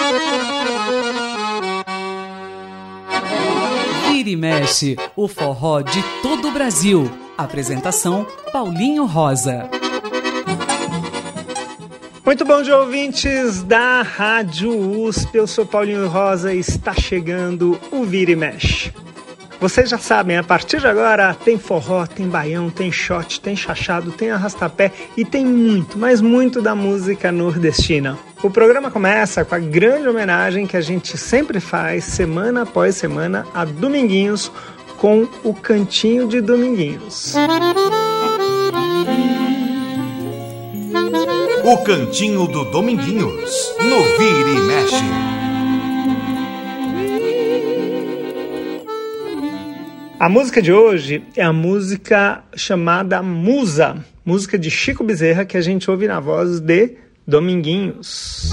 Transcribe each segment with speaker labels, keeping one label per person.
Speaker 1: Vira e mexe, o forró de todo o Brasil. Apresentação Paulinho Rosa.
Speaker 2: Muito bom dia, ouvintes da Rádio USP. Eu sou Paulinho Rosa e está chegando o Vira e Mexe. Vocês já sabem, a partir de agora tem forró, tem baião, tem shot, tem chachado, tem arrastapé e tem muito, mas muito da música nordestina. O programa começa com a grande homenagem que a gente sempre faz, semana após semana, a Dominguinhos, com o Cantinho de Dominguinhos.
Speaker 3: O Cantinho do Dominguinhos, no Vira e Mexe.
Speaker 2: A música de hoje é a música chamada Musa, música de Chico Bezerra, que a gente ouve na voz de Dominguinhos.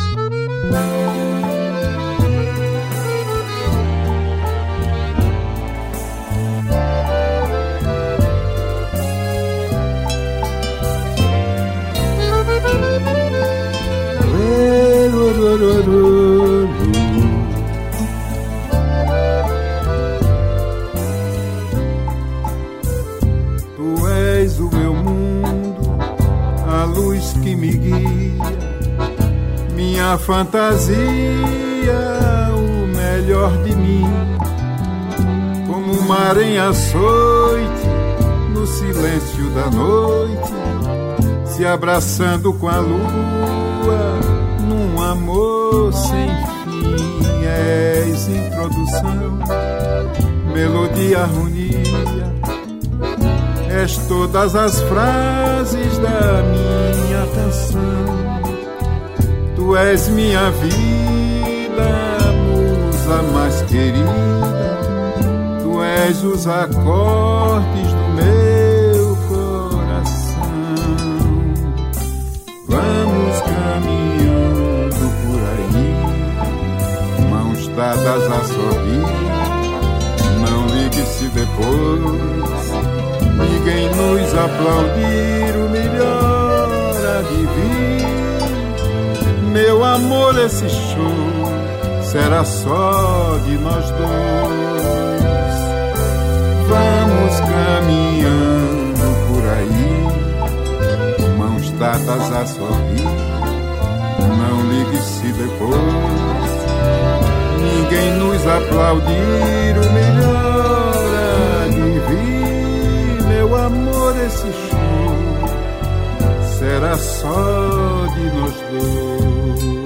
Speaker 4: Tu és o meu mundo, a luz que me guia, minha fantasia, o melhor de mim. Como o mar em açoite, no silêncio da noite, se abraçando com a lua, num amor sem fim. És introdução, melodia, harmonia, és todas as frases da minha canção. Tu és minha vida, musa mais querida, tu és os acordes do meu coração. Vamos caminhando por aí, mãos dadas a sorrir. Não ligue se depois ninguém nos aplaudir, o melhor há de vir. Meu amor, esse show será só de nós dois. Vamos caminhando por aí, mãos dadas a sorrir. Não ligue se depois ninguém nos aplaudir, o melhor há de vir. Meu amor, esse show será só de nós dois.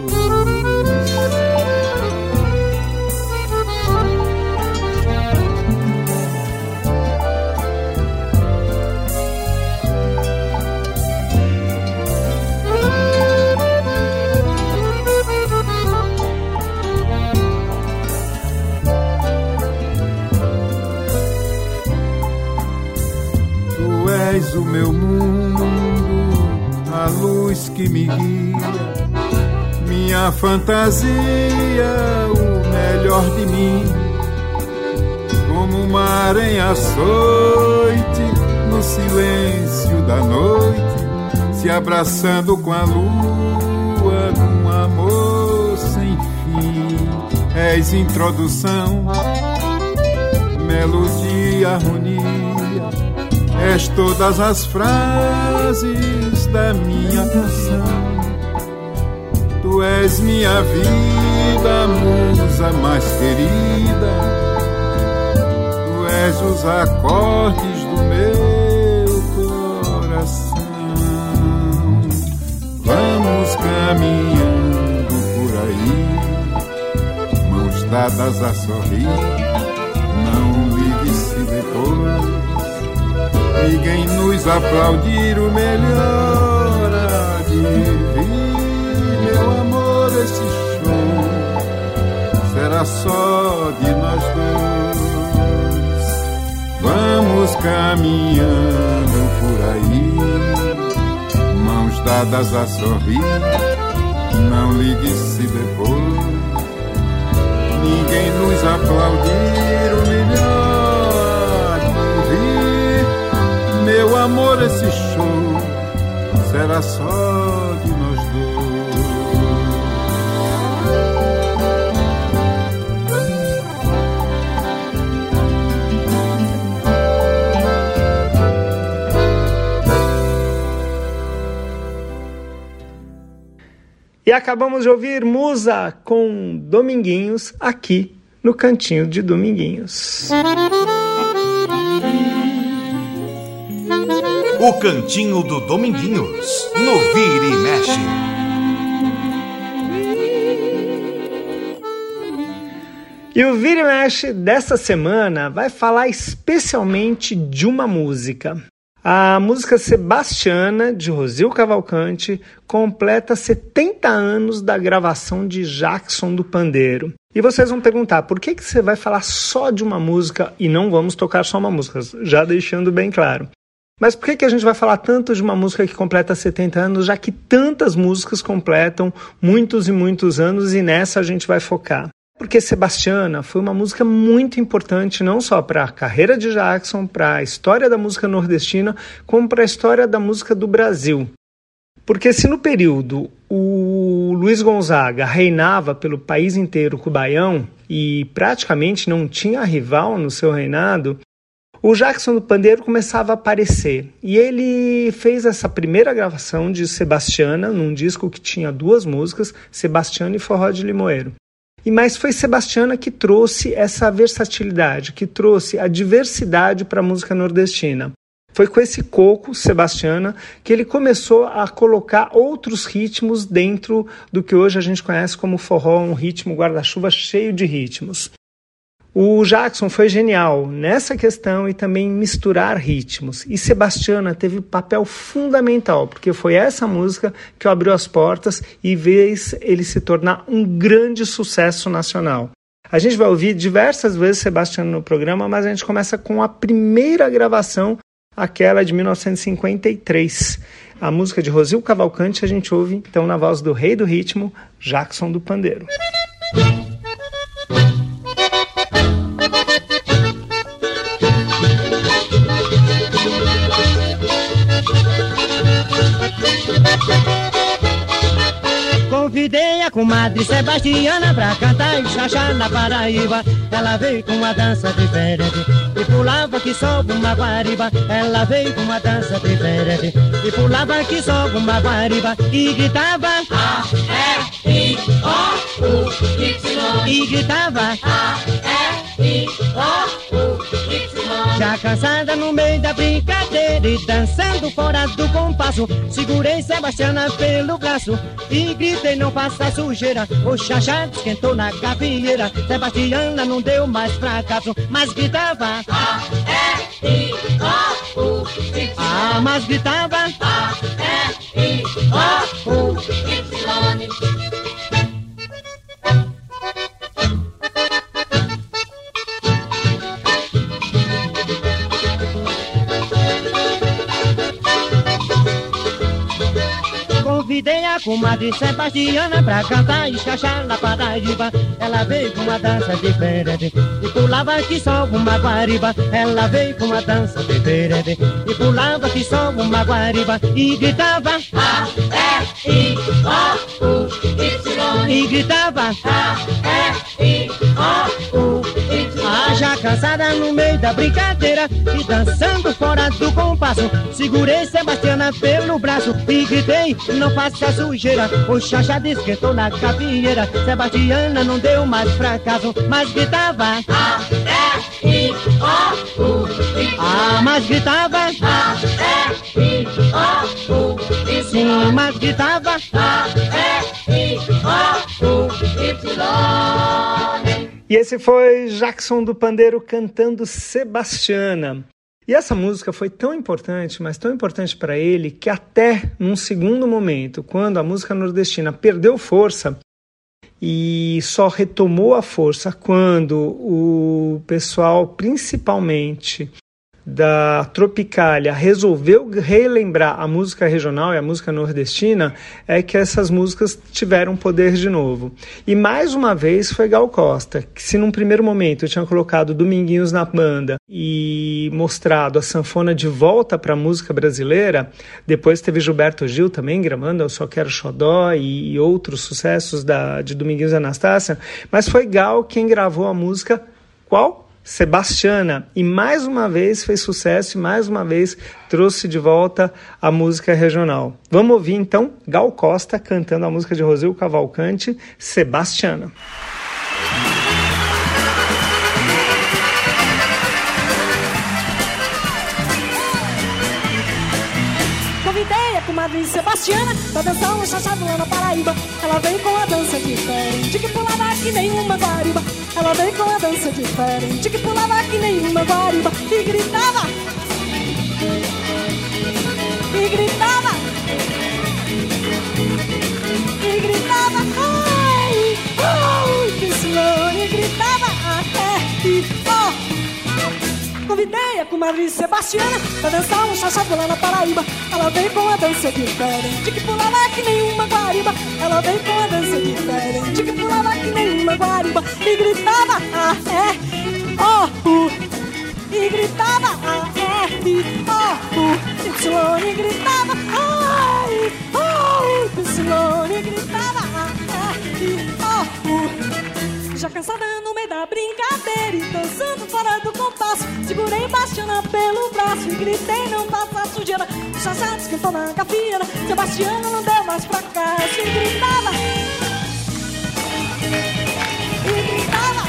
Speaker 4: És o meu mundo, a luz que me guia, minha fantasia, o melhor de mim. Como o mar em açoite, no silêncio da noite, se abraçando com a lua, num amor sem fim. És introdução, melodia, harmonia, és todas as frases da minha canção. Tu és minha vida, musa mais querida, tu és os acordes do meu coração. Vamos caminhando por aí, mãos dadas a sorrir. Não ligue se depois ninguém nos aplaudir, o melhor há de vir. Meu amor, esse show será só de nós dois. Vamos caminhando por aí, mãos dadas a sorrir. Não ligue se depois ninguém nos aplaudir, o melhor há de vir. Meu amor, esse show será só de nós dois.
Speaker 2: E acabamos de ouvir Musa com Dominguinhos aqui no Cantinho de Dominguinhos.
Speaker 3: O Cantinho do Dominguinhos, no Vira e Mexe.
Speaker 2: E o Vira e Mexe dessa semana vai falar especialmente de uma música. A música Sebastiana, de Rosil Cavalcante, completa 70 anos da gravação de Jackson do Pandeiro. E vocês vão perguntar, por que você vai falar só de uma música e não vamos tocar só uma música? Já deixando bem claro. Mas por que a gente vai falar tanto de uma música que completa 70 anos, já que tantas músicas completam muitos e muitos anos e nessa a gente vai focar? Porque Sebastiana foi uma música muito importante não só para a carreira de Jackson, para a história da música nordestina, como para a história da música do Brasil. Porque se no período o Luiz Gonzaga reinava pelo país inteiro com o baião e praticamente não tinha rival no seu reinado, o Jackson do Pandeiro começava a aparecer. E ele fez essa primeira gravação de Sebastiana, num disco que tinha 2 músicas, Sebastiana e Forró de Limoeiro. Mas foi Sebastiana que trouxe essa versatilidade, que trouxe a diversidade para a música nordestina. Foi com esse coco, Sebastiana, que ele começou a colocar outros ritmos dentro do que hoje a gente conhece como forró, um ritmo guarda-chuva cheio de ritmos. O Jackson foi genial nessa questão e também misturar ritmos. E Sebastiana teve um papel fundamental, porque foi essa música que abriu as portas e fez ele se tornar um grande sucesso nacional. A gente vai ouvir diversas vezes Sebastiana no programa, mas a gente começa com a primeira gravação, aquela de 1953. A música de Rosil Cavalcante a gente ouve então na voz do rei do ritmo, Jackson do Pandeiro.
Speaker 5: Convidei a comadre Sebastiana pra cantar e xaxá na Paraíba. Ela veio com uma dança diferente e pulava que só uma guariba. Ela veio com uma dança diferente e pulava que só uma guariba. E gritava A-E-I-O-U-Y. E gritava A-E-I-O-U-Y. Já cansada no meio da brincadeira e dançando fora do compasso, segurei Sebastiana pelo braço e gritei: não faça sujeira. O xaxá esquentou na gavieira. Sebastiana não deu mais fracasso, mas gritava A-E-I-O-U-Y. Ah, mas gritava A-E-I-O-U-Y. Convidei a comadre Sebastiana pra cantar e xaxá na Paraíba. Ela veio com uma dança diferente e pulava que só uma guariba. Ela veio com uma dança diferente e pulava que só uma guariba. E gritava A-E-I-O-U-Y. E gritava A-E-I-O-U-Y. Ah, já cansada no meio da brincadeira e dançando fora do compasso, segurei Sebastiana pelo braço e gritei: não faça sujeira. O xaxá esquentou na gavieira. Sebastiana não deu mais fracasso, mas gritava A-E-I-O-U-Y. Ah, mas gritava A-E-I-O-U-Y. Sim, mas gritava A-E-I-O-U-Y.
Speaker 2: E esse foi Jackson do Pandeiro cantando Sebastiana. E essa música foi tão importante, mas tão importante para ele, que até num segundo momento, quando a música nordestina perdeu força e só retomou a força quando o pessoal, principalmente da Tropicália, resolveu relembrar a música regional e a música nordestina, é que essas músicas tiveram poder de novo. E mais uma vez foi Gal Costa, que se num primeiro momento eu tinha colocado Dominguinhos na banda e mostrado a sanfona de volta para a música brasileira, depois teve Gilberto Gil também gravando Eu Só Quero Xodó e outros sucessos de Dominguinhos e Anastácia, mas foi Gal quem gravou a música qual? Sebastiana, e mais uma vez fez sucesso e mais uma vez trouxe de volta a música regional. Vamos ouvir então Gal Costa cantando a música de Rosil Cavalcante, Sebastiana.
Speaker 6: Convidei a comadre Sebastiana pra dançar um chachado lá na Paraíba. Ela veio com a dança diferente que pulava que nem uma guariba. Ela veio com a dança diferente que pulava que nem uma guariba. E gritava, e gritava, e gritava, ai, ai, que slow. E gritava até e ó. Convidei a comadre Sebastiana pra dançar um chachado lá na Paraíba. Ela veio com a dança diferente que pulava que nem uma guariba. Ela veio com a dança diferente que pulava que nem uma guariba. E gritava, e gritava, y, e gritava, ai, y, e gritava, já cansada no meio da brincadeira e dançando fora do compasso, segurei Bastiana pelo braço e gritei, não passa sujeira. O chachado esquentou na gafieira, Sebastiana não deu mais pra cá. E gritava, e gritava,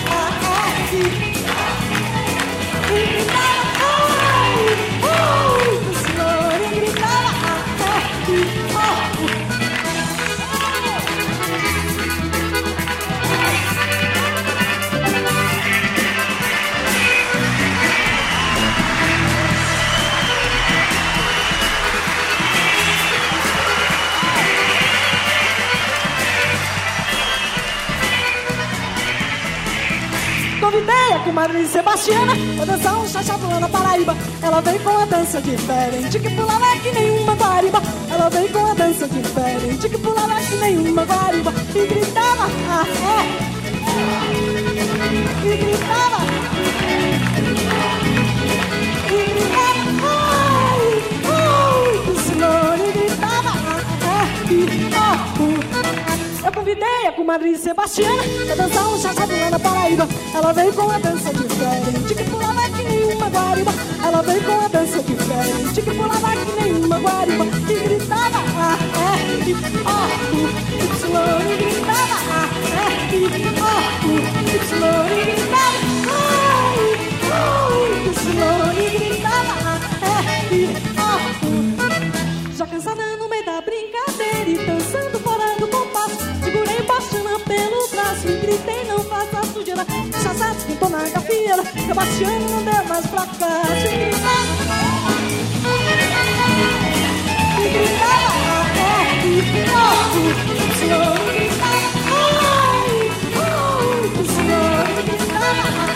Speaker 6: e gritava, ai, o senhor, e gritava, convidei a comadre Sebastiana pra dançar um chachado lá na Paraíba. Ela veio com a dança diferente que pulava que nem uma guariba. Ela veio com a dança diferente que pulava que nem uma guariba. E gritava, e gritava, e gritava, ai, o senhor, e gritava, eu convidei a comadre Sebastiana pra dançar um chachado lá na Paraíba. Ela veio com a dança diferente que pulava que nem uma guariba. Ela veio com a dança diferente que pulava que nem uma guariba. E gritava, y, e gritava, y, e gritava, y, gritava, já cansada no meio da brincadeira e dançando fora do compasso, segurei Bastiana pelo braço e gritei, não faça sujeira. O chachado esquentou na gafieira, Sebastiana não deu mais pra cá. E gritava, e gritava, o senhor gritava, ai, o senhor gritava,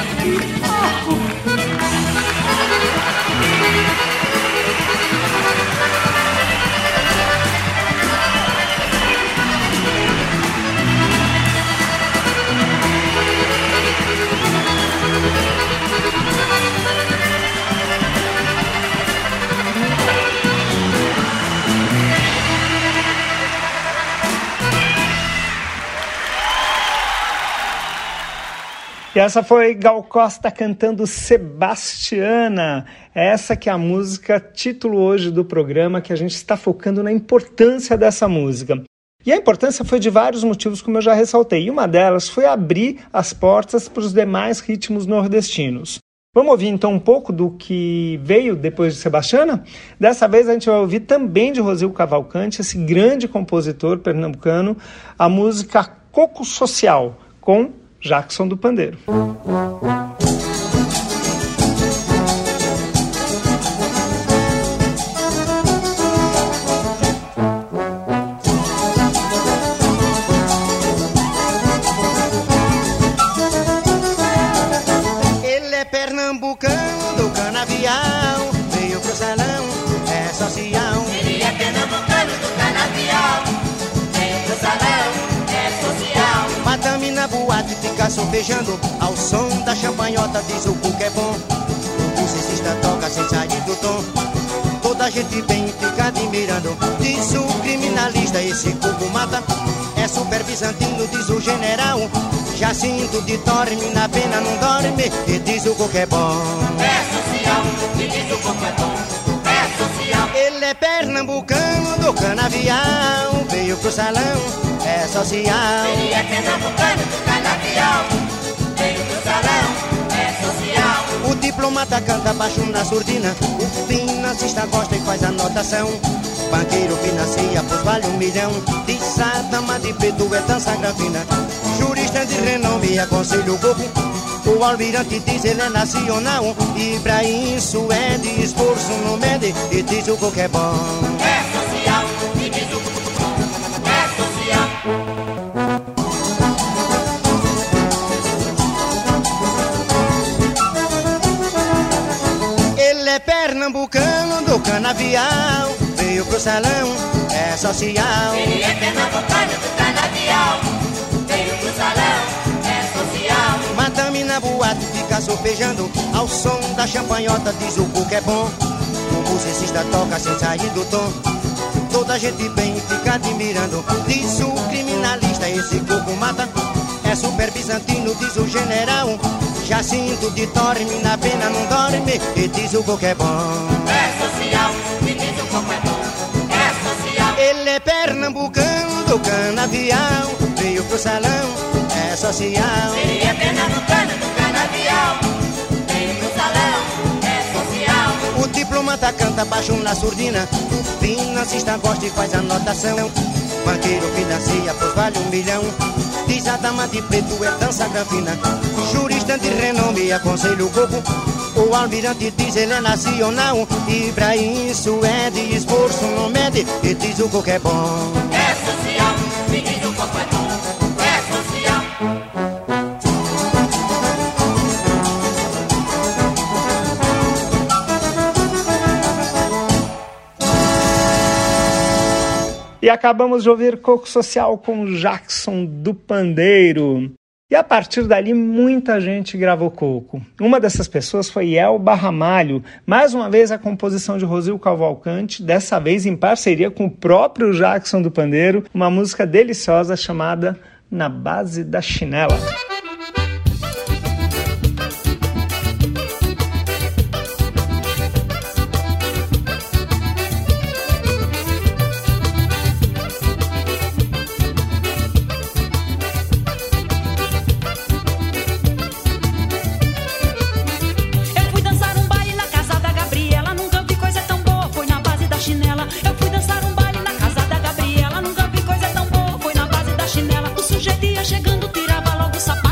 Speaker 2: E essa foi Gal Costa cantando Sebastiana. Essa que é a música título hoje do programa, que a gente está focando na importância dessa música. E a importância foi de vários motivos, como eu já ressaltei. E uma delas foi abrir as portas para os demais ritmos nordestinos. Vamos ouvir então um pouco do que veio depois de Sebastiana? Dessa vez a gente vai ouvir também de Rosil Cavalcante, esse grande compositor pernambucano, a música Coco Social, com Jackson do Pandeiro.
Speaker 5: Ele é pernambucano do canavial, veio pro salão, é social.
Speaker 7: Ele é pernambucano do canavial, veio pro salão, é social.
Speaker 5: Madame na boate fica solfejando ao som da champanhota, diz o cuco é bom. O musicista toca sem sair do tom, toda a gente vem e fica admirando. Diz o criminalista, esse cuco mata, é super bizantino, diz o general. Jacinto de dorme, na pena não dorme, e diz o coco é bom.
Speaker 7: É social, e diz o coco é bom. É social.
Speaker 5: Ele é pernambucano do canavial, veio pro salão, é social.
Speaker 7: Ele é pernambucano do canavial, veio pro salão, é social.
Speaker 5: O diplomata canta baixo na surdina, o financista gosta e faz anotação. Banqueiro financia, pois vale 1 milhão. Diz a dama de preto é dança gravina. Jurista de renome, aconselha o povo. O almirante diz ele é nacional, e pra isso é de esforço, não mede, e diz o coco é bom.
Speaker 7: É social, e diz o coco é bom. É social.
Speaker 5: Ele é pernambucano do canavial, veio pro salão, é social.
Speaker 7: Ele é pernambucano do canavial, veio pro salão, é social.
Speaker 5: Madame na boate fica sopejando, ao som da champanhota diz o coco é bom. O musicista toca sem sair do tom, toda a gente bem fica admirando. Diz o criminalista, esse coco mata, é super bizantino, diz o general. Jacinto de dorme, na pena não dorme, e diz o coco é bom.
Speaker 7: É social, e diz o coco é bom. É social.
Speaker 5: Ele é pernambucano do canavial, veio pro salão, é social.
Speaker 7: Ele é pernambucano do canavial, veio pro salão, é social.
Speaker 5: O diplomata canta baixo na surdina, o financista gosta e faz anotação. Banqueiro financia, pois vale 1 milhão. Diz a dama de preto é dança gravina. Jurista de renome, aconselha o coco. O almirante diz ele é nacional, e pra isso é de esforço, não mede, e diz o coco é bom.
Speaker 7: É social, e diz o coco é bom. É social.
Speaker 2: E acabamos de ouvir Coco Social com Jackson do Pandeiro. E a partir dali muita gente gravou coco. Uma dessas pessoas foi Elba Ramalho, mais uma vez a composição de Rosil Cavalcante, dessa vez em parceria com o próprio Jackson do Pandeiro, uma música deliciosa chamada Na Base da Chinela.
Speaker 8: Chegando, tirava logo o sapato.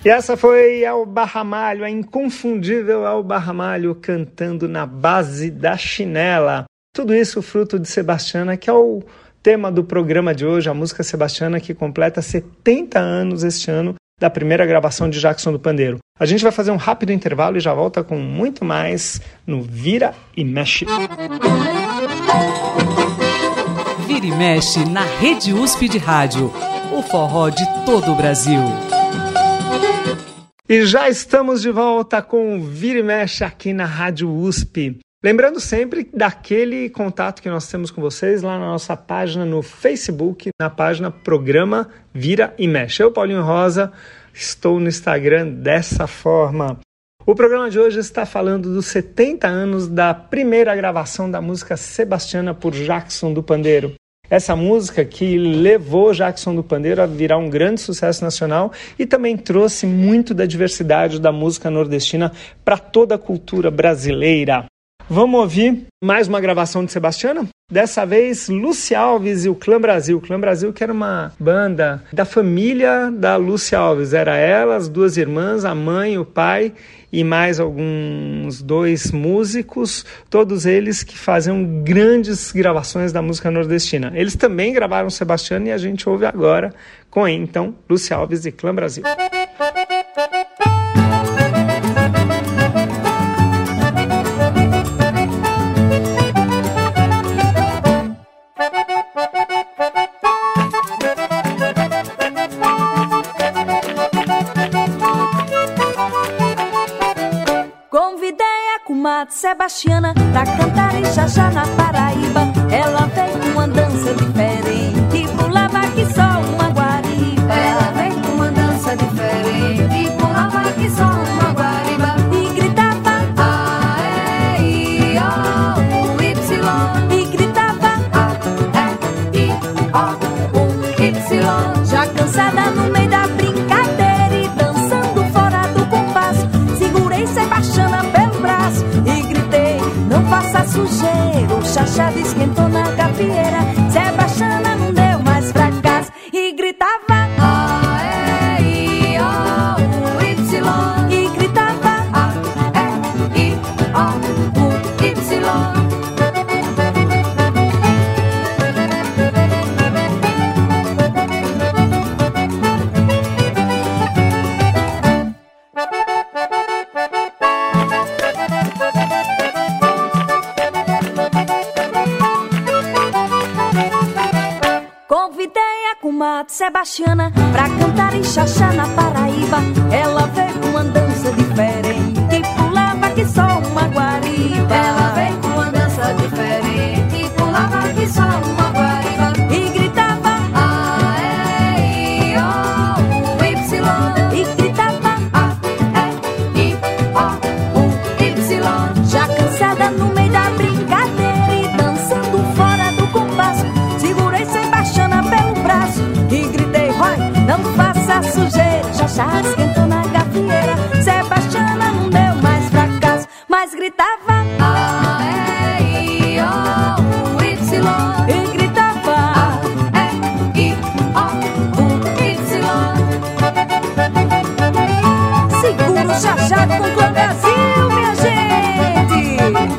Speaker 2: E essa foi Elba Ramalho, a inconfundível Elba Ramalho cantando Na Base da Chinela. Tudo isso fruto de Sebastiana, que é o tema do programa de hoje, a música Sebastiana, que completa 70 anos este ano da primeira gravação de Jackson do Pandeiro. A gente vai fazer um rápido intervalo e já volta com muito mais no Vira e Mexe.
Speaker 1: Vira e Mexe na Rede USP de Rádio, o forró de todo o Brasil.
Speaker 2: E já estamos de volta com o Vira e Mexe aqui na Rádio USP. Lembrando sempre daquele contato que nós temos com vocês lá na nossa página no Facebook, na página Programa Vira e Mexe. Eu, Paulinho Rosa, estou no Instagram dessa forma. O programa de hoje está falando dos 70 anos da primeira gravação da música Sebastiana por Jackson do Pandeiro. Essa música que levou Jackson do Pandeiro a virar um grande sucesso nacional e também trouxe muito da diversidade da música nordestina para toda a cultura brasileira. Vamos ouvir mais uma gravação de Sebastiana? Dessa vez, Lúcia Alves e o Clã Brasil. O Clã Brasil, que era uma banda da família da Lúcia Alves. Era ela, as duas irmãs, a mãe, o pai e mais alguns 2 músicos, todos eles que faziam grandes gravações da música nordestina. Eles também gravaram Sebastiana e a gente ouve agora com, então, Lúcia Alves e Clã Brasil.
Speaker 8: Sebastiana pra cantar e chachá na Paraíba. Ela veio com uma dança diferente e pulava que só uma guariba. Ela veio com uma dança diferente e pulava que só uma guariba. E gritava A, E, I, O, U, Y. E gritava A, E, I, O, U, Y. Já cansada no meio da brincadeira e dançando fora do compasso, segurei Sebastiana pelo braço e gritei, não faça sujeira. O chachado esquentou na gafieira, Sebastiana não deu mais fracasso. E gritava A, E, I, O, U, Y. E gritava A, E, I, O, U, Y. Sebastiana pra cantar e chachá na Paraíba. Ela veio com uma dança diferente e pulava que só uma guariba. Ela veio com uma dança diferente e pulava que só uma guariba. E gritava A, E, I, O, U, Y. E gritava A, E, I, O, U, Y. Já cansada no meio da brincadeira e dançando fora do compasso, segurei Sebastiana pelo braço e gritei, vai, não faça sujeira. Chachá esquentou na gafieira, Sebastiana não deu mais fracasso, mas gritava A, E, I, O, U, Y. E gritava A, E, I, O, U, Y. Segura o chachado com o Clã Brasil, minha gente.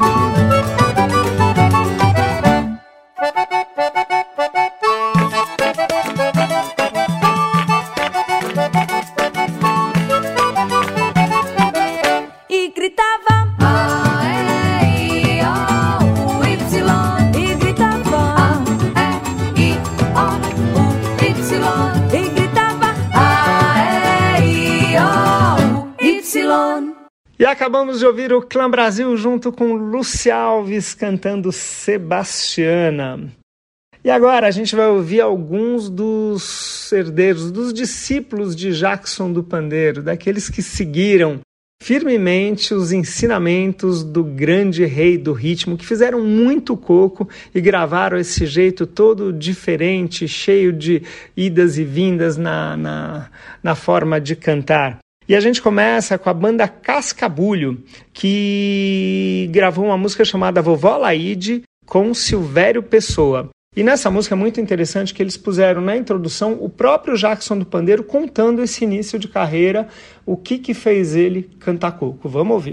Speaker 2: E acabamos de ouvir o Clã Brasil junto com Lúcia Alves cantando Sebastiana. E agora a gente vai ouvir alguns dos herdeiros, dos discípulos de Jackson do Pandeiro, daqueles que seguiram firmemente os ensinamentos do grande rei do ritmo, que fizeram muito coco e gravaram esse jeito todo diferente, cheio de idas e vindas na forma de cantar. E a gente começa com a banda Cascabulho, que gravou uma música chamada Vovó Laide com Silvério Pessoa. E nessa música é muito interessante que eles puseram na introdução o próprio Jackson do Pandeiro contando esse início de carreira, o que fez ele cantar coco. Vamos ouvir.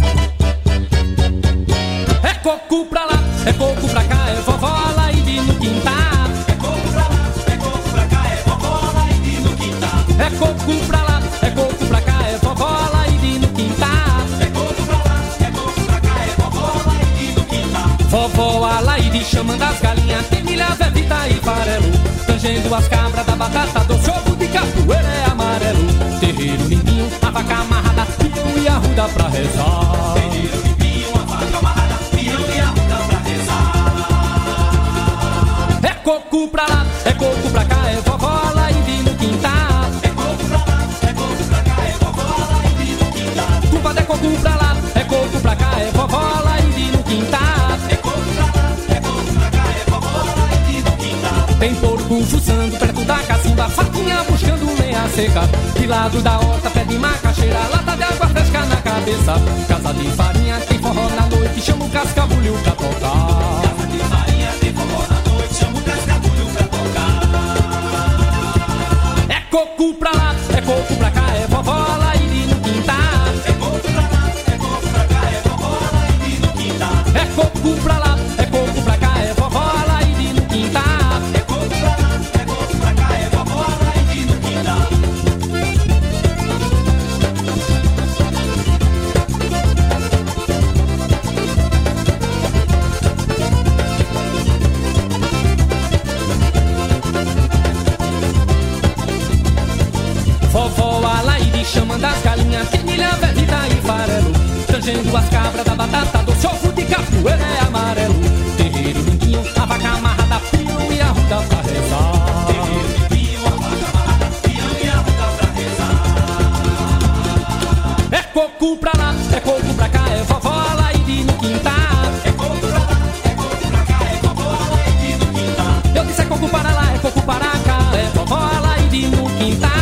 Speaker 9: É coco pra lá, é coco pra cá, é vovó Alaide no quintal. É coco pra lá, é coco pra cá, é vovó Alaide no quintal. É coco pra lá, é coco pra cá, é vovó Alaide no quintal. É coco pra lá, é coco pra cá, é vovó Alaide no quintal. Vovó Alaide chamando as galinhas, tem milha, vevita e farelo. Tangendo as cabras da batata doce, ovo de capoeira é amarelo. Terreiro limpinho, a vaca amarrada, pião e arruda pra rezar. Terreiro limpinho, a vaca amarrada, pião e arruda pra rezar. É coco pra lá, é coco pra cá, é vovó Alaide no quintal. É coco pra lá, é coco pra cá, é vovó Alaide no quintal. Culpa é coco pra lá, é coco pra cá, é vovó Alaide no quintal. É coco pra lá, é coco pra cá, é vovó Alaide no quintal. Tem porco fuçando perto da cacimba, faquinha buscando lenha seca. De lado da horta, pé de macaxeira, lata de água fresca na cabeça. Casa de farinha, tem forró na noite, chama o cascabulho pra tocar. Casa de farinha, tem forró na noite, chama o cascabulho pra tocar. É coco pra lá, é coco pra cá, é vovó Alaide no quintal. É coco pra lá, é coco pra cá, é vovó Alaide no quintal. É coco pra lá, é coco pra cá, é vovó Alaide no quintal. É coco pra lá, é coco pra cá, é vovó Alaide no quintal. Vovó Alaide chamando as galinhas, tem milha, vevita e farelo. Tangendo as cabras da batata doce, ovo de capoeira é amarelo. Terreiro limpinho, a vaca amarrada, pião e arruda pra rezar. Terreiro limpinho, a vaca amarrada, pião e arruda pra rezar. É coco pra lá, é coco pra cá, é vovó Alaide no quintal. É coco pra lá, é coco pra cá, é vovó Alaide no quintal. Eu disse é coco para lá, é coco para cá, é vovó Alaide no quintal.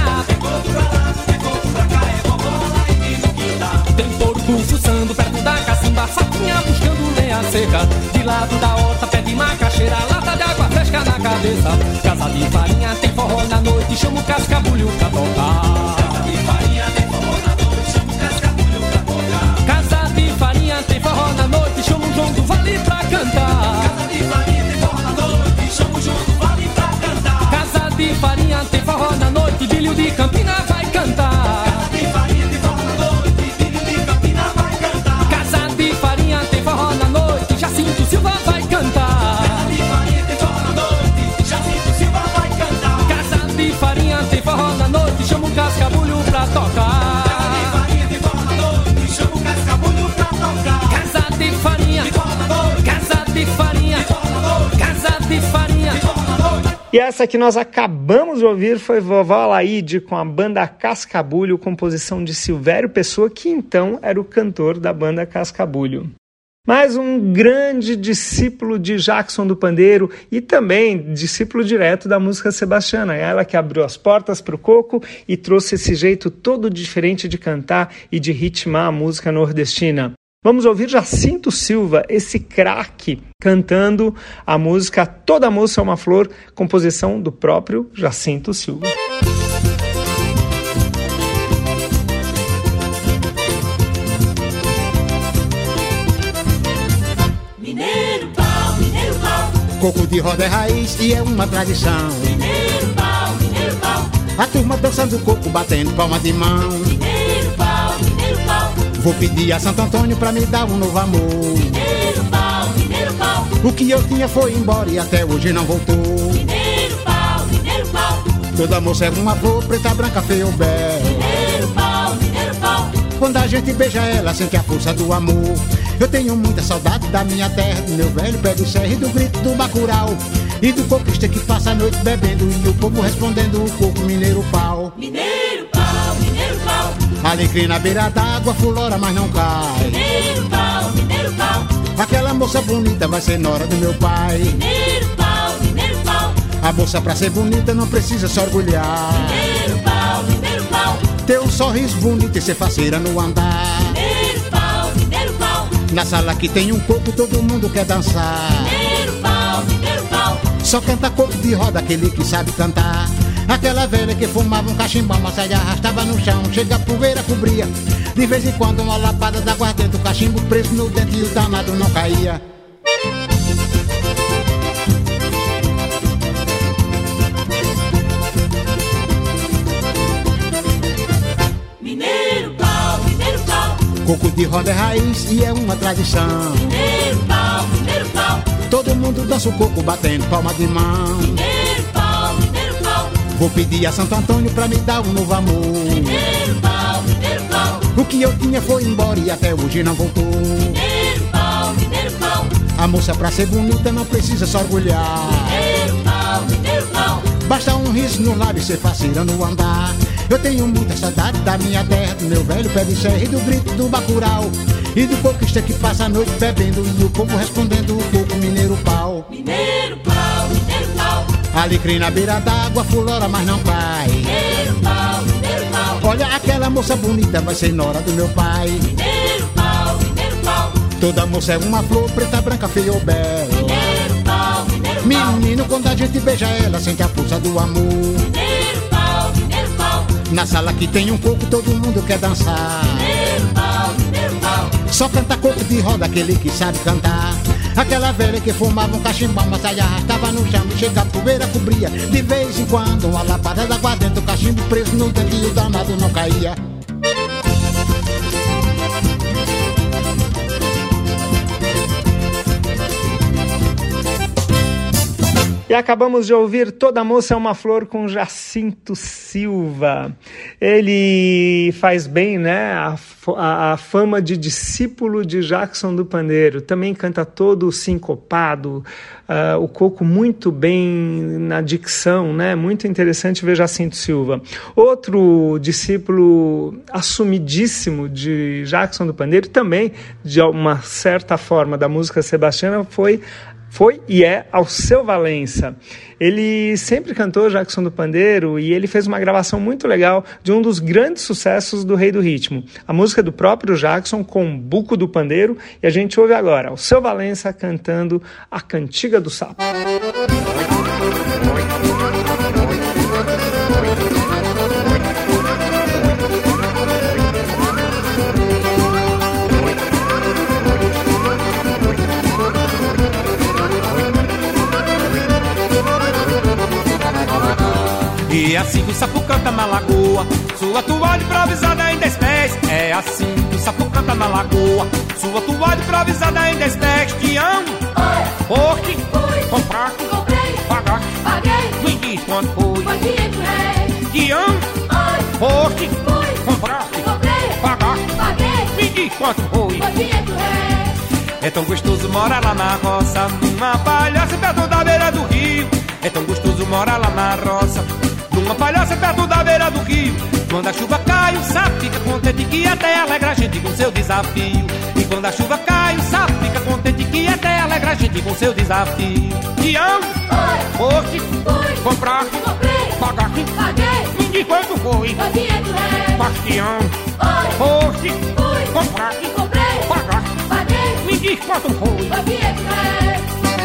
Speaker 9: Fuçando perto da cacimba, faquinha buscando lenha seca. De lado da horta, pé de macaxeira, lata de água fresca na cabeça. Casa de farinha, tem forró na noite, chama o cascabulho pra tocar. Casa de farinha, tem forró na noite, chama o cascabulho pra tocar. Casa de farinha, tem forró na noite, chama o João do Vale pra cantar. Casa de farinha, tem forró na noite, chama o João do Vale pra cantar. Casa de farinha, tem forró na noite, Bilho de Campina vai cantar. Casa de farinha, tem forró na noite, Bilho de Campina vai cantar. Casa de farinha, tem forró na noite, Jacinto Silva vai cantar. Casa de farinha, tem forró na noite, Jacinto Silva vai cantar. Casa de farinha, tem forró na noite, chama o cascabulho pra tocar. Casa de farinha, tem forró na noite, chama o cascabulho pra tocar. Casa de farinha, tem forró na noite, casa de farinha, tem forró na noite, casa de farinha, tem forró na noite.
Speaker 2: E essa que nós acabamos de ouvir foi Vovó Alaide com a banda Cascabulho, composição de Silvério Pessoa, que então era o cantor da banda Cascabulho. Mais um grande discípulo de Jackson do Pandeiro e também discípulo direto da música sebastiana. Ela que abriu as portas para o coco e trouxe esse jeito todo diferente de cantar e de ritmar a música nordestina. Vamos ouvir Jacinto Silva, esse craque, cantando a música Toda Moça é uma Flor, composição do próprio Jacinto Silva.
Speaker 7: Mineiro pau,
Speaker 10: coco de roda é raiz e é uma tradição.
Speaker 7: Mineiro pau,
Speaker 10: a turma dançando coco, batendo palma de mão.
Speaker 7: Mineiro pau,
Speaker 10: vou pedir a Santo Antônio pra me dar um novo amor.
Speaker 7: Mineiro pau,
Speaker 10: o que eu tinha foi embora e até hoje não voltou.
Speaker 7: Mineiro pau,
Speaker 10: toda moça é uma flor, preta, branca, feia ou bela.
Speaker 7: Mineiro pau,
Speaker 10: quando a gente beija ela, sente a força do amor. Eu tenho muita saudade da minha terra, do meu velho pé de serra e do grito do bacurau. E do coquista que passa a noite bebendo e o povo respondendo o coco mineiro pau.
Speaker 7: Mineiro pau, mineiro pau.
Speaker 10: Alecrim na beira d'água, fulora mas não cai.
Speaker 7: Mineiro pau,
Speaker 10: aquela moça bonita vai ser nora do meu pai.
Speaker 7: Mineiro pau,
Speaker 10: a moça pra ser bonita não precisa se orgulhar.
Speaker 7: Mineiro pau,
Speaker 10: ter um sorriso bonito e ser faceira no andar.
Speaker 7: Mineiro pau,
Speaker 10: na sala que tem um coco todo mundo quer dançar.
Speaker 7: Mineiro pau,
Speaker 10: Só canta corpo de roda aquele que sabe cantar. Aquela velha que fumava um cachimbão, mas se arrastava no chão, chega a poeira cobria. De vez em quando uma lapada da aguardente, o cachimbo preso no dente e o danado não caía.
Speaker 7: Mineiro pau,
Speaker 10: coco de roda é raiz e é uma tradição.
Speaker 7: Mineiro pau,
Speaker 10: todo mundo dança o coco batendo palma de mão.
Speaker 7: Mineiro pau,
Speaker 10: vou pedir a Santo Antônio pra me dar um novo amor.
Speaker 7: Mineiro pau,
Speaker 10: o que eu tinha foi embora e até hoje não voltou.
Speaker 7: Mineiro pau,
Speaker 10: a moça pra ser bonita não precisa só orgulhar.
Speaker 7: Mineiro pau,
Speaker 10: basta um riso no lábio e ser faceira no andar. Eu tenho muita saudade da minha terra, do meu velho pé de serra e do grito do bacural. E do coquista que passa a noite bebendo e o povo respondendo o coco mineiro pau.
Speaker 7: Mineiro pau,
Speaker 10: alecrim na beira d'água, fulora mas não cai.
Speaker 7: Mineiro pau,
Speaker 10: olha aquela moça bonita, vai ser nora do meu pai.
Speaker 7: Mineiro pau,
Speaker 10: toda moça é uma flor, preta, branca, feia ou bela.
Speaker 7: Mineiro pau,
Speaker 10: menino, quando a gente beija ela, sente a força do amor.
Speaker 7: Mineiro pau,
Speaker 10: na sala que tem um coco, todo mundo quer dançar.
Speaker 7: Mineiro pau,
Speaker 10: só canta coco de roda aquele que sabe cantar. Aquela velha que fumava um cachimbão, mas se arrastava no chão e chega a poeira cobria. De vez em quando uma lapada d'água dentro, o cachimbo preso no dente e o danado não caía.
Speaker 2: E acabamos de ouvir Toda Moça é uma Flor com Jacinto Silva. Ele faz bem, né, a fama de discípulo de Jackson do Pandeiro. Também canta todo sincopado, o coco muito bem na dicção, né? Muito interessante ver Jacinto Silva. Outro discípulo assumidíssimo de Jackson do Pandeiro, também de uma certa forma da música sebastiana, foi e é Alceu Valença. Ele sempre cantou Jackson do Pandeiro e ele fez uma gravação muito legal de um dos grandes sucessos do Rei do Ritmo. A música do próprio Jackson com Buco do Pandeiro, e a gente ouve agora Alceu Valença cantando A Cantiga do Sapo.
Speaker 9: E assim que o sapo canta na lagoa, sua toalha improvisada em 10 pés. É assim que o sapo canta na lagoa, sua toalha improvisada em 10 pés. Te amo, porque compraste,
Speaker 7: comprei,
Speaker 9: pagaste,
Speaker 7: paguei,
Speaker 9: me diz quanto foi,
Speaker 7: foi 500 réis.
Speaker 9: Te amo, porque compraste,
Speaker 7: comprei,
Speaker 9: pagaste,
Speaker 7: paguei,
Speaker 9: me diz quanto foi,
Speaker 7: foi 500 réis.
Speaker 9: É tão gostoso morar lá na roça, numa palhaça perto da beira do rio. É tão gostoso morar lá na roça, numa palhaça perto da beira do rio. Quando a chuva cai, o sapo fica contente que até alegra a gente com seu desafio. E quando a chuva cai, o sapo fica contente que até alegra a gente com seu desafio. Te amo, foste, compraste,
Speaker 7: comprei,
Speaker 9: pagaste,
Speaker 7: paguei,
Speaker 9: me diz quanto foi,
Speaker 7: 500 réis.
Speaker 9: mas te amo, foste, compraste,
Speaker 7: comprei,
Speaker 9: pagaste,
Speaker 7: paguei,
Speaker 9: me diz quanto foi,
Speaker 7: 500 réis.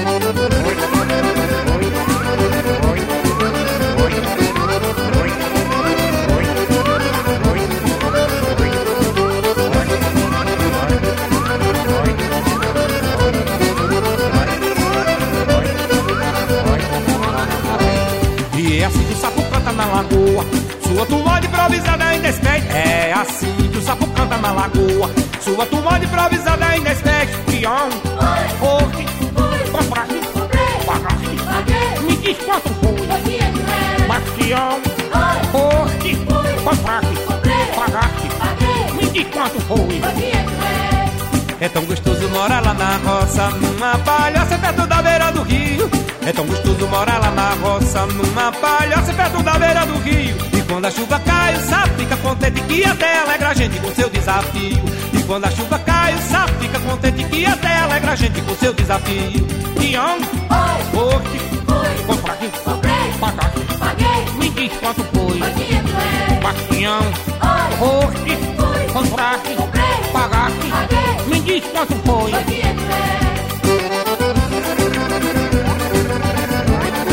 Speaker 9: E é assim que o sapo canta na lagoa, sua toalha improvisada em 10 pés. É assim que o sapo canta na lagoa, sua toalha improvisada em 10 pés. Te amo, foste, compraste, pagaste,
Speaker 7: paguei,
Speaker 9: me diz quanto foi,
Speaker 7: 500 réis.
Speaker 9: mas te amo, foste, compraste, pagaste,
Speaker 7: paguei,
Speaker 9: me diz quanto foi.
Speaker 7: 500 réis.
Speaker 9: É tão gostoso morar lá na roça, numa palhaça perto da beira do rio. É tão gostoso morar lá na roça, numa palhaça perto da beira do rio. E quando a chuva cai, o sapo fica contente que até alegra a gente com seu desafio. E quando a chuva cai, o sapo fica contente que até alegra a gente com seu desafio. Te amo, foste, compraste,
Speaker 7: comprei,
Speaker 9: pagaste,
Speaker 7: paguei,
Speaker 9: me diz quanto foi,
Speaker 7: 500 réis.
Speaker 9: mas te amo, foste, compraste,
Speaker 7: comprei,
Speaker 9: pagaste,
Speaker 7: paguei,
Speaker 9: me diz quanto foi.
Speaker 7: 500 réis.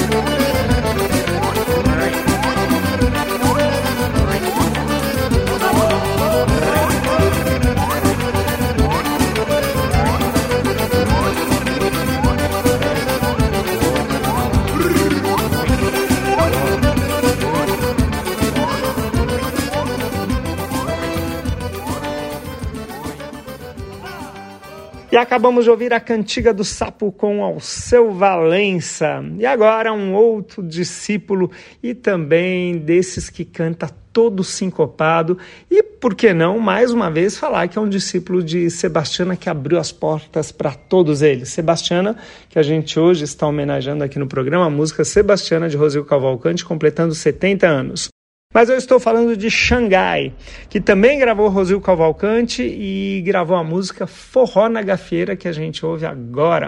Speaker 2: E acabamos de ouvir a Cantiga do Sapo com Alceu Valença. E agora um outro discípulo e também desses que canta todo sincopado. E por que não, mais uma vez, falar que é um discípulo de Sebastiana que abriu as portas para todos eles. Sebastiana, que a gente hoje está homenageando aqui no programa, a música Sebastiana de Rosil Cavalcante, completando 70 anos. Mas eu estou falando de Xangai, que também gravou Rosil Cavalcante e gravou a música Forró na Gafieira, que a gente ouve agora.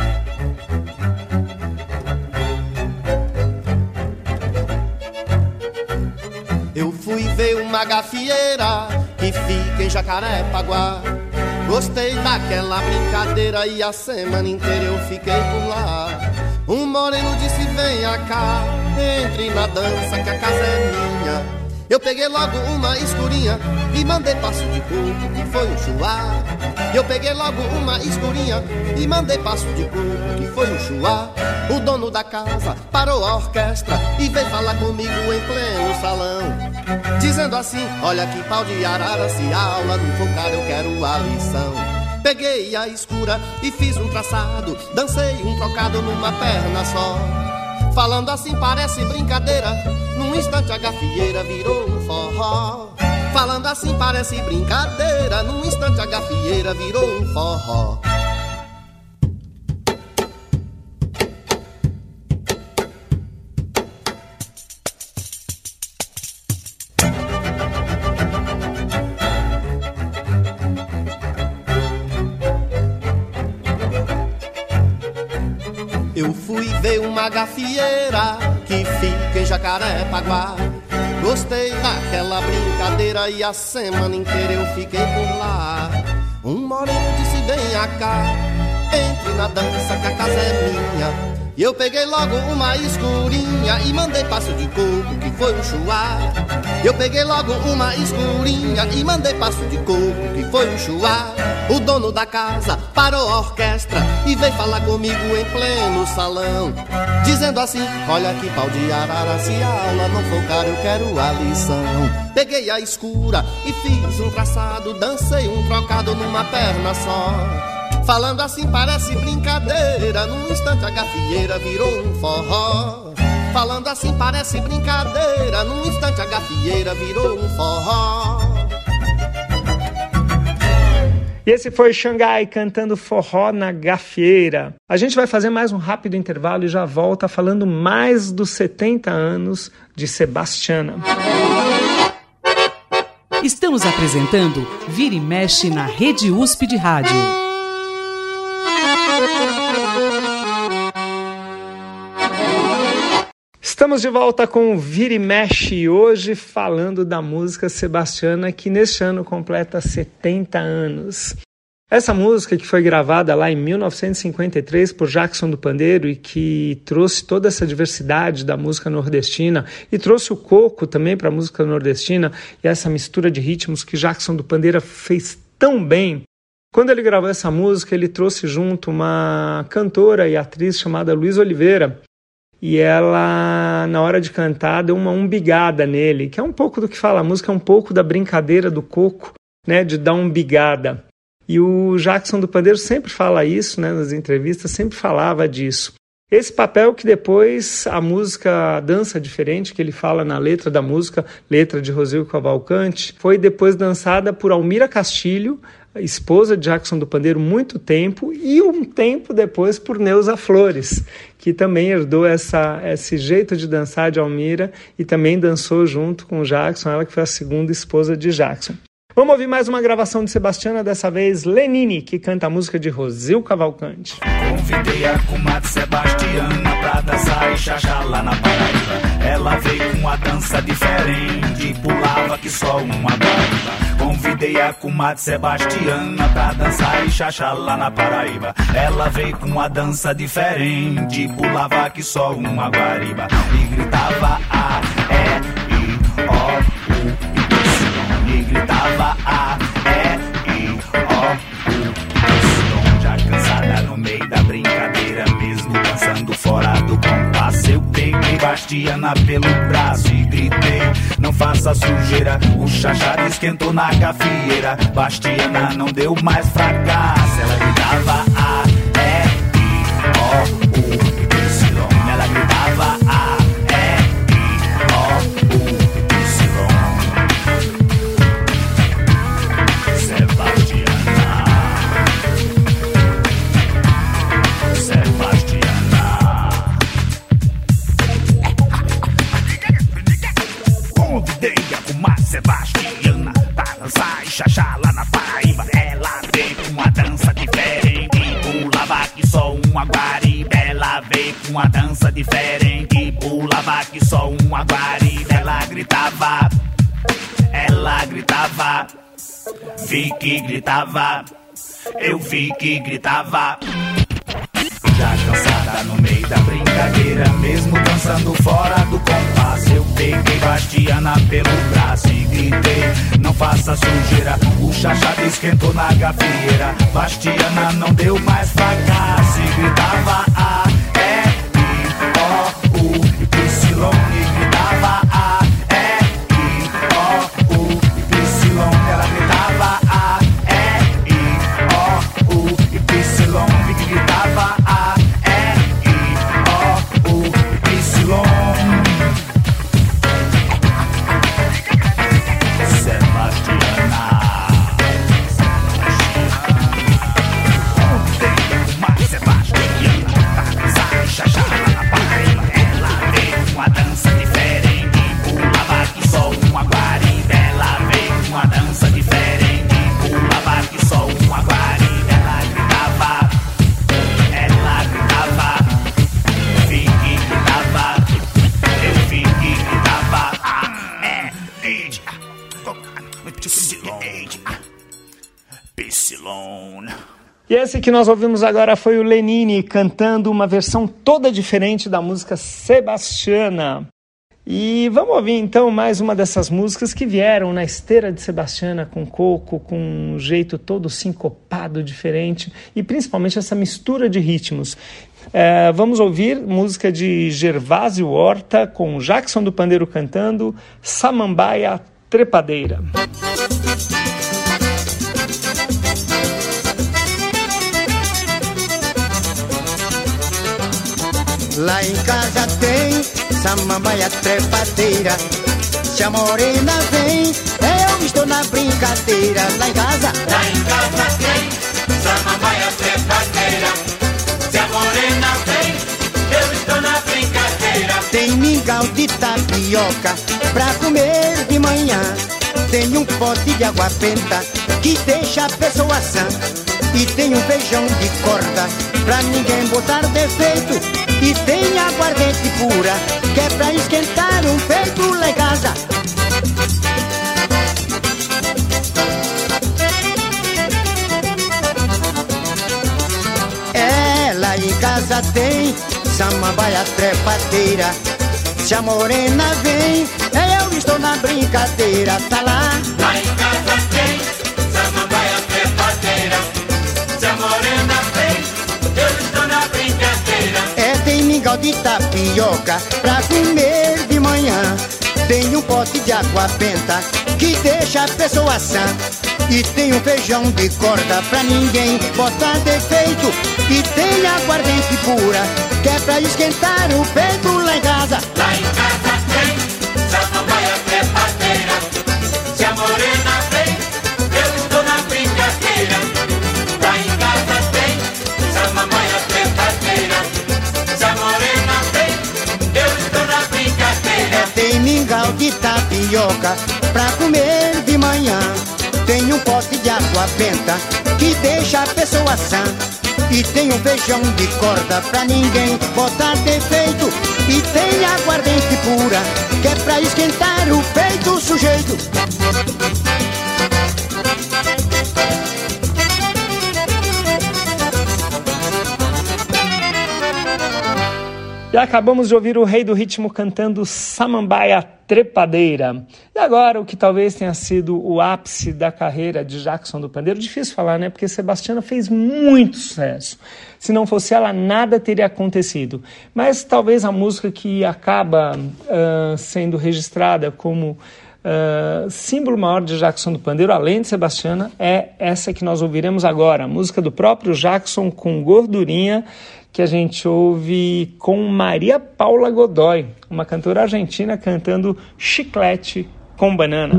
Speaker 11: Eu fui ver uma gafieira que fica em Jacarepaguá. Gostei daquela brincadeira e a semana inteira eu fiquei por lá. Um moreno disse, venha cá, entre na dança que a casa é minha. Eu peguei logo uma escurinha e mandei passo de coco, que foi um chuá. Eu peguei logo uma escurinha e mandei passo de coco, que foi um chuá. O dono da casa parou a orquestra e veio falar comigo em pleno salão, dizendo assim, olha que pau de arara, se a aula não focar eu quero a lição. Peguei a escura e fiz um traçado, dancei um trocado numa perna só. Falando assim parece brincadeira, num instante a gafieira virou um forró. Falando assim parece brincadeira, num instante a gafieira virou um forró. Eu fui ver uma gafieira que fica em Jacarepaguá. Gostei daquela brincadeira e a semana inteira eu fiquei por lá. Um moreno disse, venha cá, entre na dança que a casa é minha. E eu peguei logo uma escurinha e mandei passo de coco, que foi um chuá. Eu peguei logo uma escurinha e mandei passo de coco, que foi um chuá. O dono da casa parou a orquestra e veio falar comigo em pleno salão, dizendo assim, olha que pau de arara, se a aula não focar eu quero a lição. Peguei a escura e fiz um traçado, dancei um trocado numa perna só. Falando assim parece brincadeira, num instante a gafieira virou um forró. Falando assim parece brincadeira, num instante a gafieira virou um forró.
Speaker 2: E esse foi Xangai cantando Forró na Gafieira. A gente vai fazer mais um rápido intervalo e já volta falando mais dos 70 anos de Sebastiana.
Speaker 1: Estamos apresentando Vira e Mexe na Rede USP de Rádio.
Speaker 2: Estamos de volta com o Vira e Mexe, hoje falando da música Sebastiana, que neste ano completa 70 anos. Essa música que foi gravada lá em 1953 por Jackson do Pandeiro e que trouxe toda essa diversidade da música nordestina e trouxe o coco também para a música nordestina e essa mistura de ritmos que Jackson do Pandeiro fez tão bem. Quando ele gravou essa música, ele trouxe junto uma cantora e atriz chamada Luísa Oliveira. E ela, na hora de cantar, deu uma umbigada nele, que é um pouco do que fala a música, é um pouco da brincadeira do coco, né, de dar umbigada. E o Jackson do Pandeiro sempre fala isso, né, nas entrevistas, sempre falava disso. Esse papel que depois a música Dança Diferente, que ele fala na letra da música, letra de Rosil Cavalcante, foi depois dançada por Almira Castilho, esposa de Jackson do Pandeiro, muito tempo, e um tempo depois por Neuza Flores, que também herdou esse jeito de dançar de Almira e também dançou junto com o Jackson, ela que foi a segunda esposa de Jackson. Vamos ouvir mais uma gravação de Sebastiana, dessa vez Lenine, que canta a música de Rosil Cavalcante.
Speaker 12: Convidei a comadre Sebastiana pra dançar e xaxá lá na Paraíba. Ela veio com a dança diferente, pulava que só uma guariba. Convidei a comadre Sebastiana pra dançar e xaxá lá na Paraíba. Ela veio com a dança diferente, pulava que só uma guariba. E gritava A, E, I, O, U, e gritava A, E, I, O, U, já cansada no meio da brincadeira, mesmo dançando fora do compasso. Eu peguei Bastiana pelo braço e gritei, não faça sujeira. O chachara esquentou na gafieira, Bastiana não deu mais fracasso. Ela gritava uma dança diferente, pulava que só uma guarida. Ela gritava, vi que gritava, eu vi que gritava. Já cansada no meio da brincadeira, mesmo dançando fora do compasso, eu peguei Bastiana pelo braço e gritei, não faça sujeira. O chachado esquentou na gafieira, Bastiana não deu mais fracasso e gritava A, E, I, O, U, Y, e gritava A, E, I, O, U, Y. Ela gritava A, E, I, O, U, Y, e gritava A, E, I, O, U, Y. Sebastiana, uma Sebastiana, sai, xaxá, na paraíba. Ela veio com uma dança diferente, pulava que só uma guarida. Ela veio com uma dança diferente, pulava que só uma guarida. Ela gritava, vi que gritava, eu vi que gritava. Piscilon.
Speaker 2: E esse que nós ouvimos agora foi o Lenine cantando uma versão toda diferente da música Sebastiana. E vamos ouvir então mais uma dessas músicas que vieram na esteira de Sebastiana, com coco, com um jeito todo sincopado, diferente, e principalmente essa mistura de ritmos. Vamos ouvir música de Gervásio Horta com Jackson do Pandeiro cantando Samambaia Trepadeira.
Speaker 5: Lá em casa tem samambaia trepadeira. Se a morena vem, eu estou na brincadeira. Lá em casa
Speaker 7: tem samambaia trepadeira. Se a morena vem, eu estou na brincadeira.
Speaker 5: Tem mingau de tapioca pra comer de manhã. Tem um pote de água benta que deixa a pessoa sã. E tem um feijão de corda pra ninguém botar defeito. E tem aguardente pura, que é pra esquentar um peito lá em casa. Lá em casa tem samambaia trepadeira. Se a morena vem, eu estou na brincadeira. Tá lá.
Speaker 7: Lá em casa tem samambaia trepadeira. Se a morena vem, eu estou na brincadeira.
Speaker 5: Tem mingau de tapioca pra comer de manhã. Tem um pote de água benta que deixa a pessoa sã. E tem um feijão de corda pra ninguém botar defeito. E tem aguardente pura, que é pra esquentar o peito lá em casa.
Speaker 7: Lá em casa tem samambaia trepadeira. Se a morena vem, eu estou na brincadeira. Lá em casa tem samambaia trepadeira. Se a morena vem, eu estou na brincadeira.
Speaker 5: Tem mingau de tapioca pra comer de manhã. Tem um pote de água benta que deixa a pessoa sã. E tem um feijão de corda pra ninguém botar defeito. E tem aguardente pura, que é pra esquentar o peito sujeito.
Speaker 2: E acabamos de ouvir o Rei do Ritmo cantando Samambaia Trepadeira. E agora, o que talvez tenha sido o ápice da carreira de Jackson do Pandeiro, difícil falar, né? Porque Sebastiana fez muito sucesso. Se não fosse ela, nada teria acontecido. Mas talvez a música que acaba sendo registrada como símbolo maior de Jackson do Pandeiro, além de Sebastiana, é essa que nós ouviremos agora. A música do próprio Jackson com Gordurinha, que a gente ouve com Maria Paula Godoy, uma cantora argentina cantando Chiclete com Banana.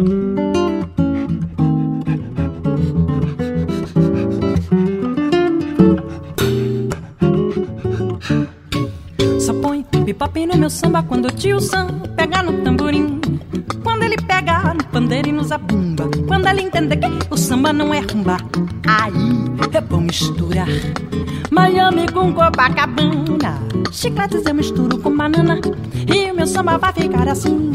Speaker 13: Só põe bipop no meu samba quando o tio Sam pega no tamborim. Quando ele pega no pandeiro e no zabumba. Quando ele entender que o samba não é rumba, aí é bom misturar Miami com Copacabana, chicletes eu misturo com banana e o meu samba vai ficar assim.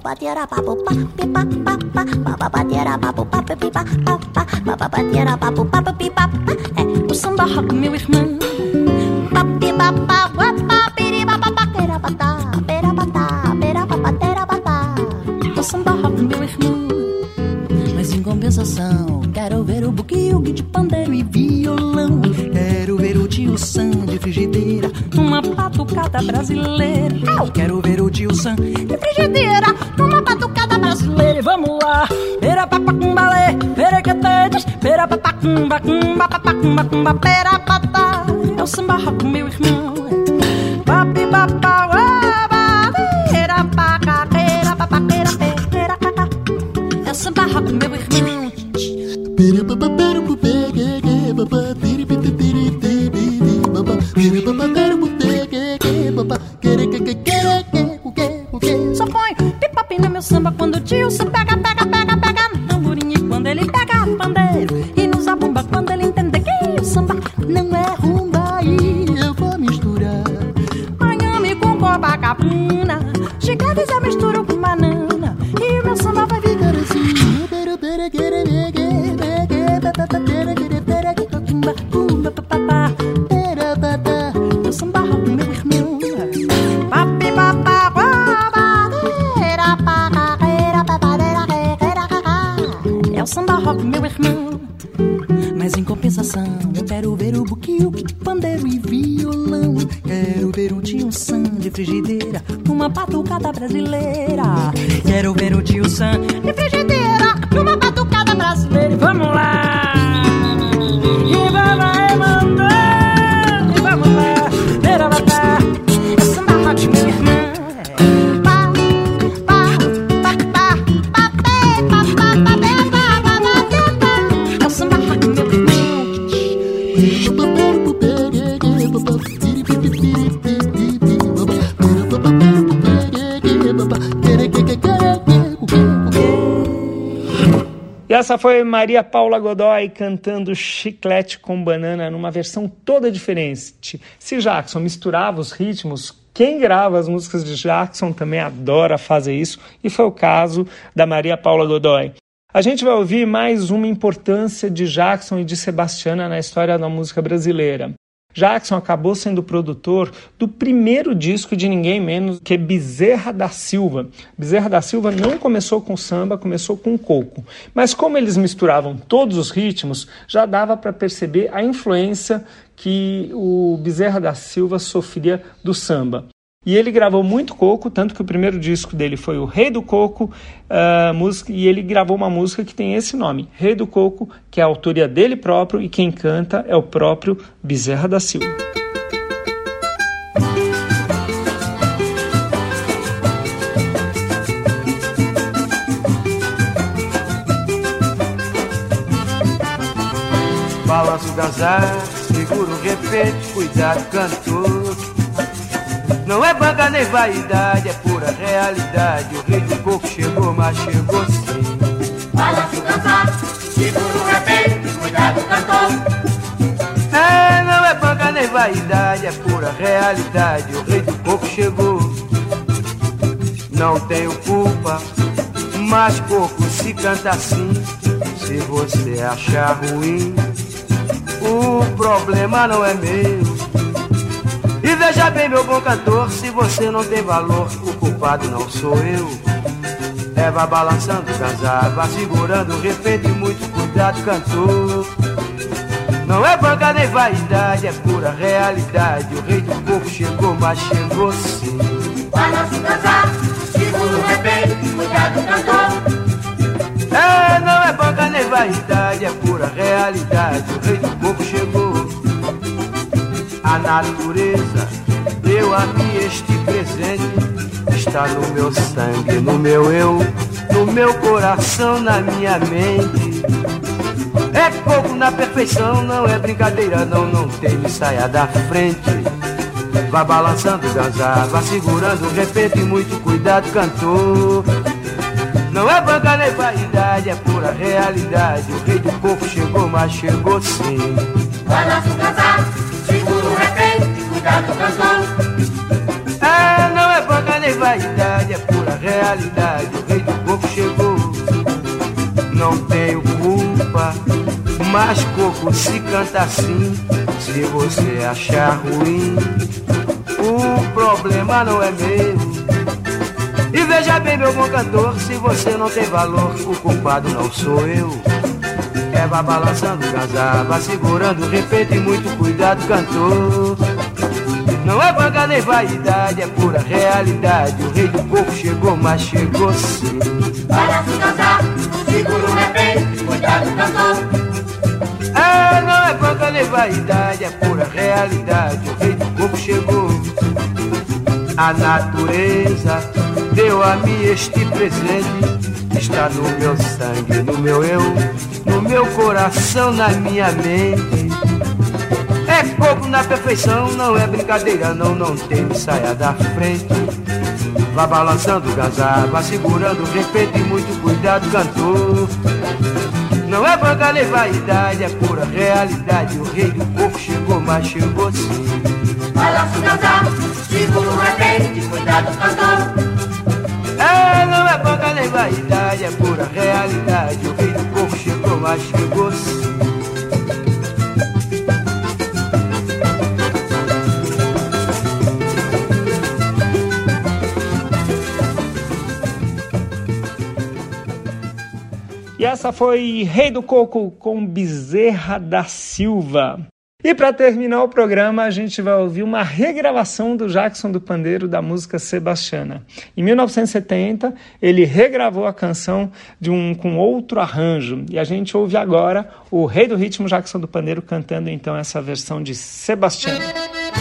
Speaker 13: É o samba rock, meu irmão. O samba rock, meu irmão. Mas em compensação, quero ver o bugue de pandeiro e violão. Quero ver o tio Sam de frigideira numa batucada brasileira. Quero ver o tio Sam de frigideira numa batucada brasileira. E vamos lá, pera papacumbalê, pera catetes, pera papacumba, cumba, papacumba, cumba, pera patá. É o samba rock, meu irmão. Papi papá, uaba, pera paca, pera papaqueira, pera caca. É o samba rock, meu irmão. Só põe pipapi no meu samba quando o tio Sam pega no tamborim. E quando ele pega pandeiro e nos abumba, quando ele entender que o samba não é rumba. E eu vou misturar Miami com Copacabana, chicletes eu misturo com banana e o meu samba vai ficar assim. Meu samba rock, meu irmão. Papi papá, é o samba rock, meu irmão. Mas em compensação, eu quero ver o buque de pandeiro e violão. Quero ver o tio Sam de frigideira numa batucada brasileira. Quero ver o tio Sam de frigideira numa batucada brasileira. E vamos lá, e vai mandando, e vamos lá, pera batá. É samba rock, meu irmão.
Speaker 2: E essa foi Maria Paula Godoy cantando Chiclete com Banana numa versão toda diferente. Se Jackson misturava os ritmos, quem grava as músicas de Jackson também adora fazer isso, e foi o caso da Maria Paula Godoy. A gente vai ouvir mais uma importância de Jackson e de Sebastiana na história da música brasileira. Jackson acabou sendo produtor do primeiro disco de ninguém menos que Bezerra da Silva. Bezerra da Silva não começou com samba, começou com coco. Mas como eles misturavam todos os ritmos, já dava para perceber a influência que o Bezerra da Silva sofria do samba. E ele gravou muito coco, tanto que o primeiro disco dele foi o Rei do Coco, e ele gravou uma música que tem esse nome, Rei do Coco, que é a autoria dele próprio, e quem canta é o próprio Bezerra da Silva.
Speaker 14: Balança o gazar, segura o repente, cuidado cantor. Não é banca nem vaidade, é pura realidade. O Rei do Coco chegou, mas chegou sim.
Speaker 7: Balança o gazar, segura o repente, cuidado cantor.
Speaker 14: É, não é banca nem vaidade, é pura realidade. O Rei do Coco chegou. Não tenho culpa, mas coco se canta assim. Se você achar ruim, o problema não é meu. E veja bem, meu bom cantor, se você não tem valor, o culpado não sou eu. É, vá balançando o casar, vá segurando o repente, muito cuidado, cantor. Não é banca nem vaidade, é pura realidade. O Rei do Coco chegou, mas chegou sim.
Speaker 7: Balança o casar, segura o repente, cuidado, cantor.
Speaker 14: É, não é banca nem vaidade, é pura realidade. O Rei do Coco chegou. A natureza deu a mim este presente. Está no meu sangue, no meu eu, no meu coração, na minha mente. É coco na perfeição, não é brincadeira, não tem me saia da frente. Vá balançando o ganzar, vá segurando o repente, muito cuidado, cantor. Não é banca nem vaidade, é pura realidade. O rei do coco chegou, mas chegou sim.
Speaker 7: Balança o casal, segura o repente, cuidado com o cantor.
Speaker 14: É, não é banca nem vaidade, é pura realidade. O rei do coco chegou, não tenho culpa. Mas coco se canta assim, se você achar ruim, o problema não é meu. E veja bem, meu bom cantor, se você não tem valor, o culpado não sou eu. É vá balançando o casal, vá segurando o repente e muito cuidado, cantor. Não é banca nem vaidade, é pura realidade. O rei do coco chegou, mas chegou sim.
Speaker 7: Balança o casal, segura o repente, cuidado, cantor.
Speaker 14: É, não é banca nem vaidade, é pura realidade. O rei do coco chegou. A natureza deu a mim este presente. Está no meu sangue, no meu eu, no meu coração, na minha mente. É coco na perfeição, não é brincadeira, não, não tem me saia da frente. Vá balançando o casal, vá segurando o repente e muito cuidado, cantor. Não é banca nem vaidade, é pura realidade. O rei do coco chegou, mas chegou sim.
Speaker 7: Balança o casal, segura o repente, cuidado, cantor.
Speaker 14: É, não é banca nem vaidade, é pura realidade. O rei do coco chegou, mas chegou sim.
Speaker 2: E essa foi Rei do Coco com Bezerra da Silva. E para terminar o programa, a gente vai ouvir uma regravação do Jackson do Pandeiro da música Sebastiana. Em 1970, ele regravou a canção com outro arranjo. E a gente ouve agora o Rei do Ritmo, Jackson do Pandeiro, cantando então essa versão de Sebastiana.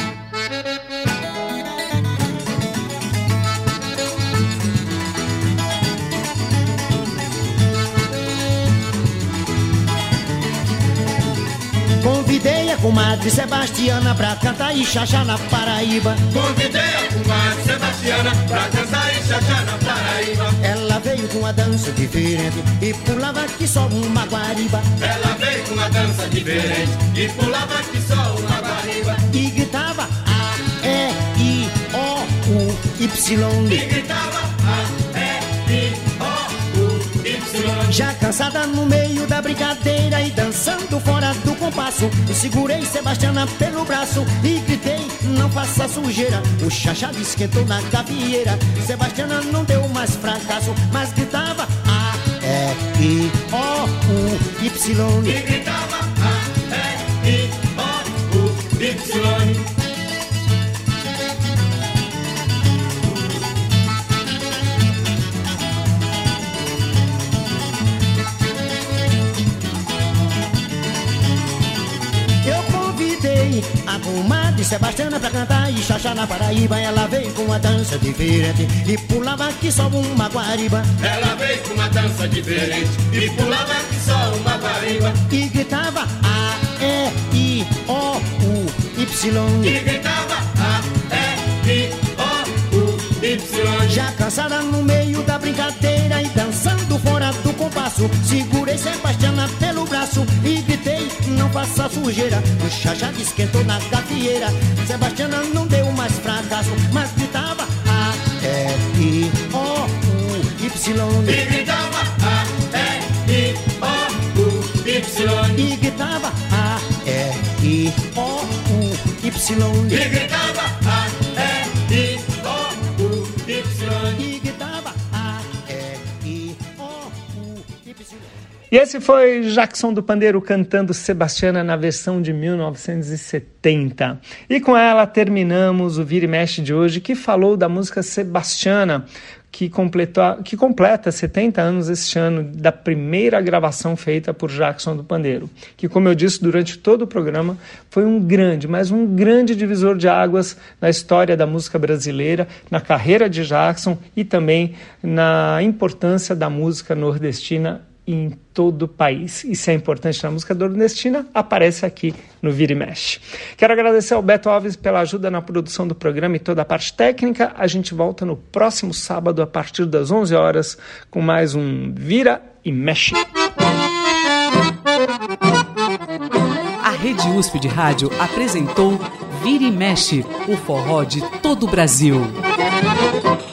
Speaker 10: Convidei a comadre Sebastiana pra cantar e xaxá na Paraíba.
Speaker 7: Convidei a comadre Sebastiana pra cantar e xaxá na Paraíba.
Speaker 10: Ela veio com uma dança diferente e pulava que só uma guariba.
Speaker 7: Ela veio com uma dança diferente e pulava que só uma guariba.
Speaker 10: E gritava A, E, I, O, U, Y.
Speaker 7: E gritava A, E, I, O, U, Y.
Speaker 10: Já cansada no meio da brincadeira e dançando fora do compasso, eu segurei Sebastiana pelo braço e gritei, não faça sujeira. O xaxá esquentou na gavieira. Sebastiana não deu mais fracasso, mas gritava A, E, I, O, U, Y.
Speaker 7: E gritava A, E, I, O, U, Y.
Speaker 10: A comadre Sebastiana pra cantar e xaxá na Paraíba. Ela veio com uma dança diferente e pulava que só uma guariba.
Speaker 7: Ela veio com uma dança diferente e pulava que só uma guariba.
Speaker 10: E gritava A, E, I, O, U, Y.
Speaker 7: E gritava A, E, I, O, U, Y.
Speaker 10: Já cansada no meio da brincadeira e dançando fora do compasso, segurei Sebastiana pelo braço e gritei, não faça sujeira. O xaxá esquentou na gafieira. Sebastiana não deu mais fracasso, mas gritava A, E, I, O, U, Y.
Speaker 7: E gritava A, E, I, O, U, Y.
Speaker 10: E gritava A, E, I, O, U, Y.
Speaker 7: E gritava A, E, I, O, U, Y.
Speaker 10: E gritava A, E, I, O, U, Y.
Speaker 2: E esse foi Jackson do Pandeiro cantando Sebastiana na versão de 1970. E com ela terminamos o Vira e Mexe de hoje, que falou da música Sebastiana, que completa 70 anos este ano da primeira gravação feita por Jackson do Pandeiro, que, como eu disse durante todo o programa, foi um grande divisor de águas na história da música brasileira, na carreira de Jackson e também na importância da música nordestina e em todo o país. Isso é importante na música nordestina, aparece aqui no Vira e Mexe. Quero agradecer ao Beto Alves pela ajuda na produção do programa e toda a parte técnica. A gente volta no próximo sábado, a partir das 11 horas, com mais um Vira e Mexe.
Speaker 1: A Rede USP de Rádio apresentou Vira e Mexe, o forró de todo o Brasil.